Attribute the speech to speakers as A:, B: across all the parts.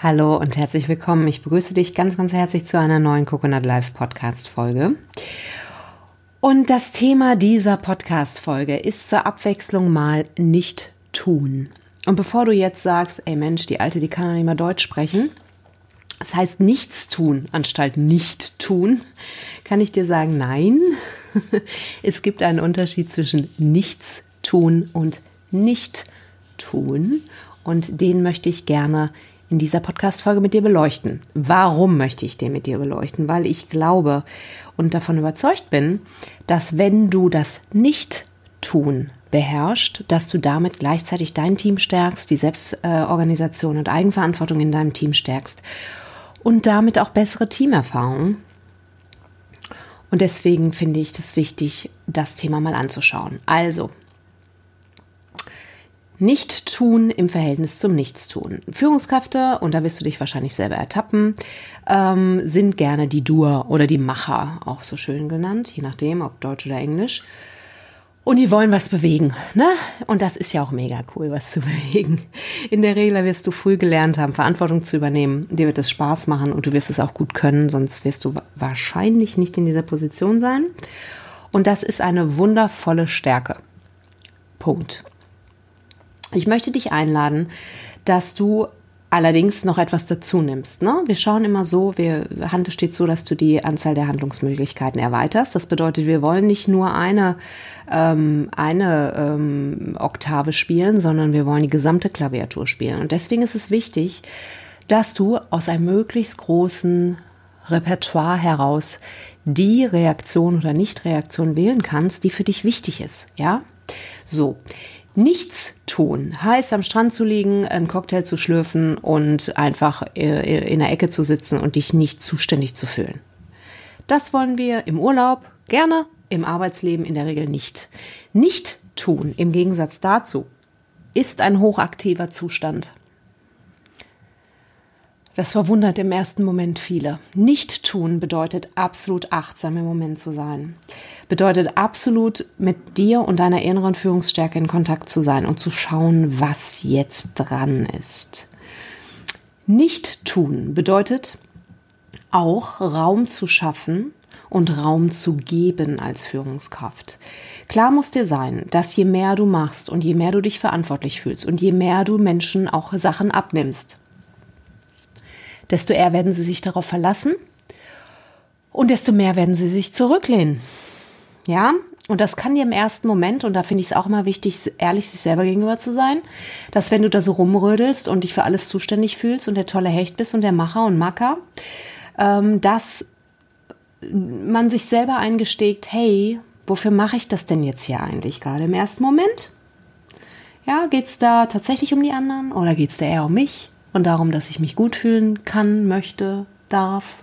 A: Hallo und herzlich willkommen. Ich begrüße dich ganz, ganz herzlich zu einer neuen Coconut Life Podcast Folge. Und das Thema dieser Podcast Folge ist zur Abwechslung mal nicht tun. Und bevor du jetzt sagst, ey Mensch, die Alte, die kann doch nicht mal Deutsch sprechen. Das heißt nichts tun anstatt nicht tun, kann ich dir sagen, nein. Es gibt einen Unterschied zwischen nichts tun und nicht tun. Und den möchte ich gerne in dieser Podcast-Folge mit dir beleuchten. Warum möchte ich den mit dir beleuchten? Weil ich glaube und davon überzeugt bin, dass wenn du das Nicht-Tun beherrschst, dass du damit gleichzeitig dein Team stärkst, die Selbstorganisation und Eigenverantwortung in deinem Team stärkst und damit auch bessere Teamerfahrungen. Und deswegen finde ich es wichtig, das Thema mal anzuschauen. Also, Nicht-Tun im Verhältnis zum Nichtstun. Führungskräfte, und da wirst du dich wahrscheinlich selber ertappen, sind gerne die Doer oder die Macher, auch so schön genannt, je nachdem, ob Deutsch oder Englisch. Und die wollen was bewegen, ne? Und das ist ja auch mega cool, was zu bewegen. In der Regel wirst du früh gelernt haben, Verantwortung zu übernehmen. Dir wird es Spaß machen und du wirst es auch gut können, sonst wirst du wahrscheinlich nicht in dieser Position sein. Und das ist eine wundervolle Stärke. Punkt. Ich möchte dich einladen, dass du allerdings noch etwas dazu nimmst. Ne? Wir schauen immer so, Hand steht so, dass du die Anzahl der Handlungsmöglichkeiten erweiterst. Das bedeutet, wir wollen nicht nur eine Oktave spielen, sondern wir wollen die gesamte Klaviatur spielen. Und deswegen ist es wichtig, dass du aus einem möglichst großen Repertoire heraus die Reaktion oder Nicht-Reaktion wählen kannst, die für dich wichtig ist. Ja, so. Nichts tun heißt, am Strand zu liegen, einen Cocktail zu schlürfen und einfach in der Ecke zu sitzen und dich nicht zuständig zu fühlen. Das wollen wir im Urlaub gerne, im Arbeitsleben in der Regel nicht. Nicht tun, im Gegensatz dazu, ist ein hochaktiver Zustand. Das verwundert im ersten Moment viele. Nicht tun bedeutet absolut achtsam im Moment zu sein. Bedeutet absolut mit dir und deiner inneren Führungsstärke in Kontakt zu sein und zu schauen, was jetzt dran ist. Nicht tun bedeutet auch Raum zu schaffen und Raum zu geben als Führungskraft. Klar muss dir sein, dass je mehr du machst und je mehr du dich verantwortlich fühlst und je mehr du Menschen auch Sachen abnimmst, desto eher werden sie sich darauf verlassen und desto mehr werden sie sich zurücklehnen. Ja, und das kann dir im ersten Moment, und da finde ich es auch immer wichtig, ehrlich sich selber gegenüber zu sein, dass wenn du da so rumrödelst und dich für alles zuständig fühlst und der tolle Hecht bist und der Macher und Macker, dass man sich selber eingesteht, hey, wofür mache ich das denn jetzt hier eigentlich gerade im ersten Moment? Ja, geht es da tatsächlich um die anderen oder geht es da eher um mich und darum, dass ich mich gut fühlen kann, möchte, darf?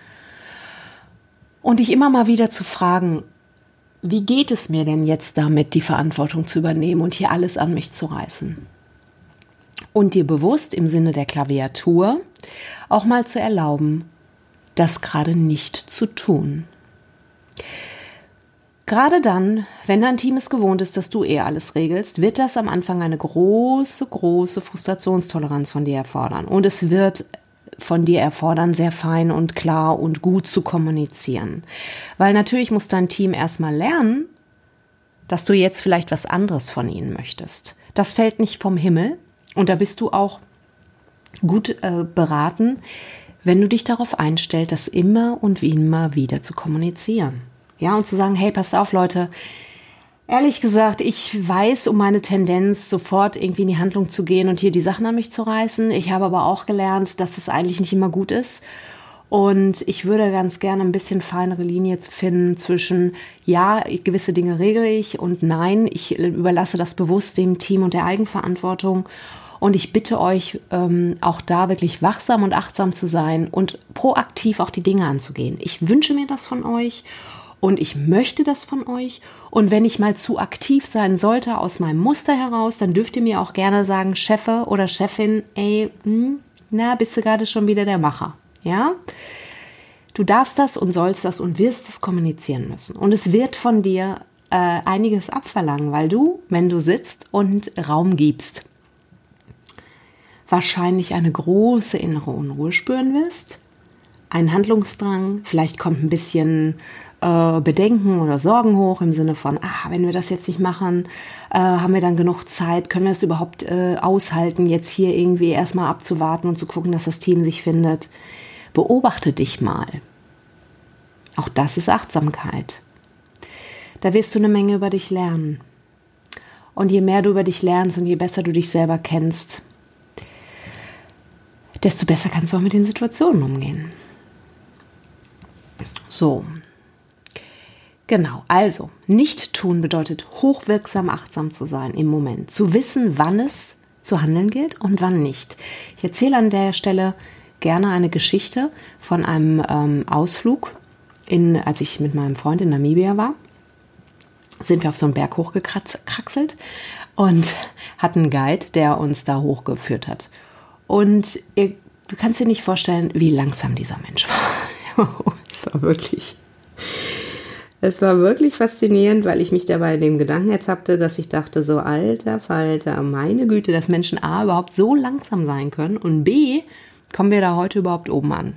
A: Und dich immer mal wieder zu fragen, wie geht es mir denn jetzt damit, die Verantwortung zu übernehmen und hier alles an mich zu reißen? Und dir bewusst im Sinne der Klaviatur auch mal zu erlauben, das gerade nicht zu tun. Gerade dann, wenn dein Team es gewohnt ist, dass du alles regelst, wird das am Anfang eine große, große Frustrationstoleranz von dir erfordern. Und es wird von dir erfordern, sehr fein und klar und gut zu kommunizieren. Weil natürlich muss dein Team erstmal lernen, dass du jetzt vielleicht was anderes von ihnen möchtest. Das fällt nicht vom Himmel und da bist du auch gut beraten, wenn du dich darauf einstellst, das immer und immer wieder zu kommunizieren. Ja, und zu sagen, hey, passt auf, Leute, ehrlich gesagt, ich weiß um meine Tendenz, sofort irgendwie in die Handlung zu gehen und hier die Sachen an mich zu reißen. Ich habe aber auch gelernt, dass das eigentlich nicht immer gut ist. Und ich würde ganz gerne ein bisschen feinere Linie finden zwischen, ja, gewisse Dinge regle ich und nein, ich überlasse das bewusst dem Team und der Eigenverantwortung. Und ich bitte euch, auch da wirklich wachsam und achtsam zu sein und proaktiv auch die Dinge anzugehen. Ich wünsche mir das von euch. Und ich möchte das von euch. Und wenn ich mal zu aktiv sein sollte aus meinem Muster heraus, dann dürft ihr mir auch gerne sagen, Chefe oder Chefin, ey, bist du gerade schon wieder der Macher. Ja? Du darfst das und sollst das und wirst das kommunizieren müssen. Und es wird von dir einiges abverlangen, weil du, wenn du sitzt und Raum gibst, wahrscheinlich eine große innere Unruhe spüren wirst, einen Handlungsdrang, vielleicht kommt ein bisschen Bedenken oder Sorgen hoch im Sinne von, wenn wir das jetzt nicht machen, haben wir dann genug Zeit, können wir es überhaupt aushalten, jetzt hier irgendwie erstmal abzuwarten und zu gucken, dass das Team sich findet. Beobachte dich mal. Auch das ist Achtsamkeit. Da wirst du eine Menge über dich lernen. Und je mehr du über dich lernst und je besser du dich selber kennst, desto besser kannst du auch mit den Situationen umgehen. So. Genau, also nicht tun bedeutet hochwirksam achtsam zu sein im Moment, zu wissen, wann es zu handeln gilt und wann nicht. Ich erzähle an der Stelle gerne eine Geschichte von einem Ausflug, als ich mit meinem Freund in Namibia war, sind wir auf so einen Berg hochgekraxelt und hatten einen Guide, der uns da hochgeführt hat. Und du kannst dir nicht vorstellen, wie langsam dieser Mensch war. Es war wirklich faszinierend, weil ich mich dabei in dem Gedanken ertappte, dass ich dachte, so alter Falter, meine Güte, dass Menschen A überhaupt so langsam sein können und B, kommen wir da heute überhaupt oben an.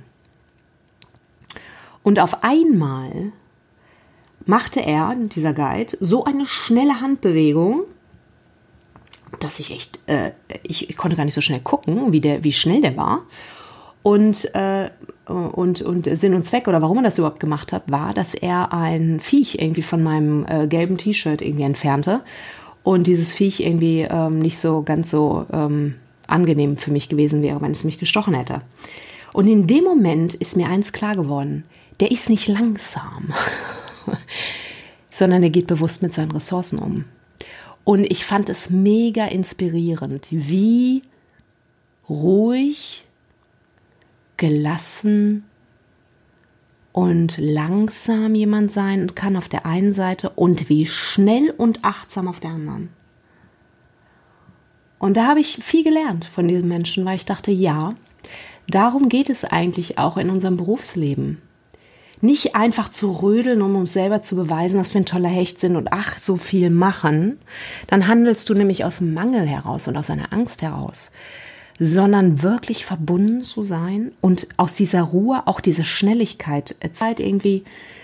A: Und auf einmal machte er, dieser Guide, so eine schnelle Handbewegung, dass ich echt, ich konnte gar nicht so schnell gucken, wie schnell der war. Und Sinn und Zweck oder warum er das überhaupt gemacht hat, war, dass er ein Viech irgendwie von meinem gelben T-Shirt irgendwie entfernte und dieses Viech irgendwie nicht so ganz so angenehm für mich gewesen wäre, wenn es mich gestochen hätte. Und in dem Moment ist mir eins klar geworden, der ist nicht langsam, sondern er geht bewusst mit seinen Ressourcen um. Und ich fand es mega inspirierend, wie ruhig, gelassen und langsam jemand sein kann auf der einen Seite und wie schnell und achtsam auf der anderen. Und da habe ich viel gelernt von diesem Menschen, weil ich dachte, ja, darum geht es eigentlich auch in unserem Berufsleben. Nicht einfach zu rödeln, um uns selber zu beweisen, dass wir ein toller Hecht sind und so viel machen. Dann handelst du nämlich aus dem Mangel heraus und aus einer Angst heraus. Sondern wirklich verbunden zu sein und aus dieser Ruhe auch diese Schnelligkeit Zeit irgendwie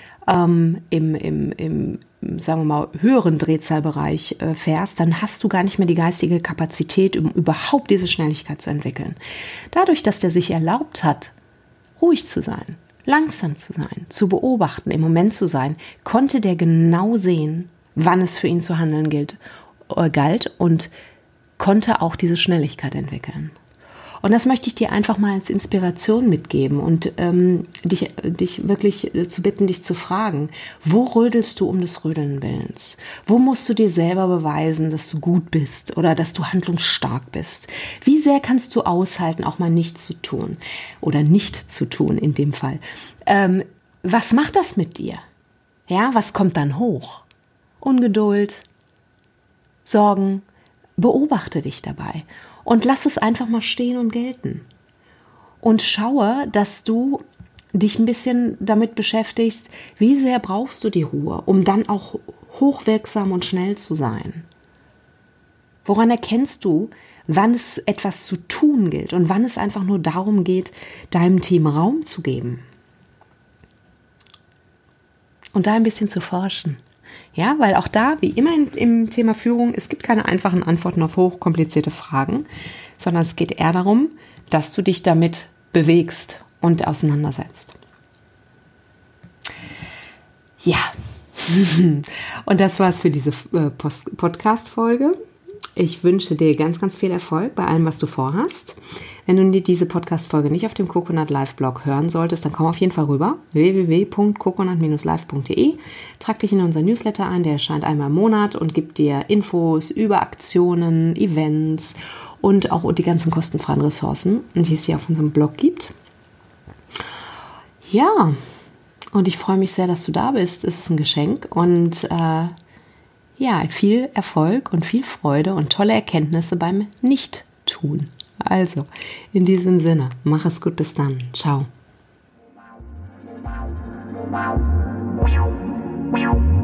A: im sagen wir mal, höheren Drehzahlbereich fährst, dann hast du gar nicht mehr die geistige Kapazität, um überhaupt diese Schnelligkeit zu entwickeln. Dadurch, dass der sich erlaubt hat, ruhig zu sein, langsam zu sein, zu beobachten, im Moment zu sein, konnte der genau sehen, wann es für ihn zu handeln galt und konnte auch diese Schnelligkeit entwickeln. Und das möchte ich dir einfach mal als Inspiration mitgeben und dich wirklich zu bitten, dich zu fragen, wo rödelst du um des Rödeln Willens? Wo musst du dir selber beweisen, dass du gut bist oder dass du handlungsstark bist? Wie sehr kannst du aushalten, auch mal nichts zu tun oder nicht zu tun in dem Fall? Was macht das mit dir? Ja, was kommt dann hoch? Ungeduld, Sorgen, beobachte dich dabei. Und lass es einfach mal stehen und gelten. Und schaue, dass du dich ein bisschen damit beschäftigst, wie sehr brauchst du die Ruhe, um dann auch hochwirksam und schnell zu sein. Woran erkennst du, wann es etwas zu tun gilt und wann es einfach nur darum geht, deinem Team Raum zu geben? Und da ein bisschen zu forschen. Ja, weil auch da, wie immer im Thema Führung, es gibt keine einfachen Antworten auf hochkomplizierte Fragen, sondern es geht eher darum, dass du dich damit bewegst und auseinandersetzt. Ja, und das war's für diese Podcast-Folge. Ich wünsche dir ganz, ganz viel Erfolg bei allem, was du vorhast. Wenn du diese Podcast-Folge nicht auf dem Coconut Live Blog hören solltest, dann komm auf jeden Fall rüber, www.coconut-live.de. Trag dich in unser Newsletter ein, der erscheint einmal im Monat und gibt dir Infos über Aktionen, Events und auch die ganzen kostenfreien Ressourcen, die es hier auf unserem Blog gibt. Ja, und ich freue mich sehr, dass du da bist. Es ist ein Geschenk und viel Erfolg und viel Freude und tolle Erkenntnisse beim Nicht-Tun. Also, in diesem Sinne, mach es gut, bis dann. Ciao.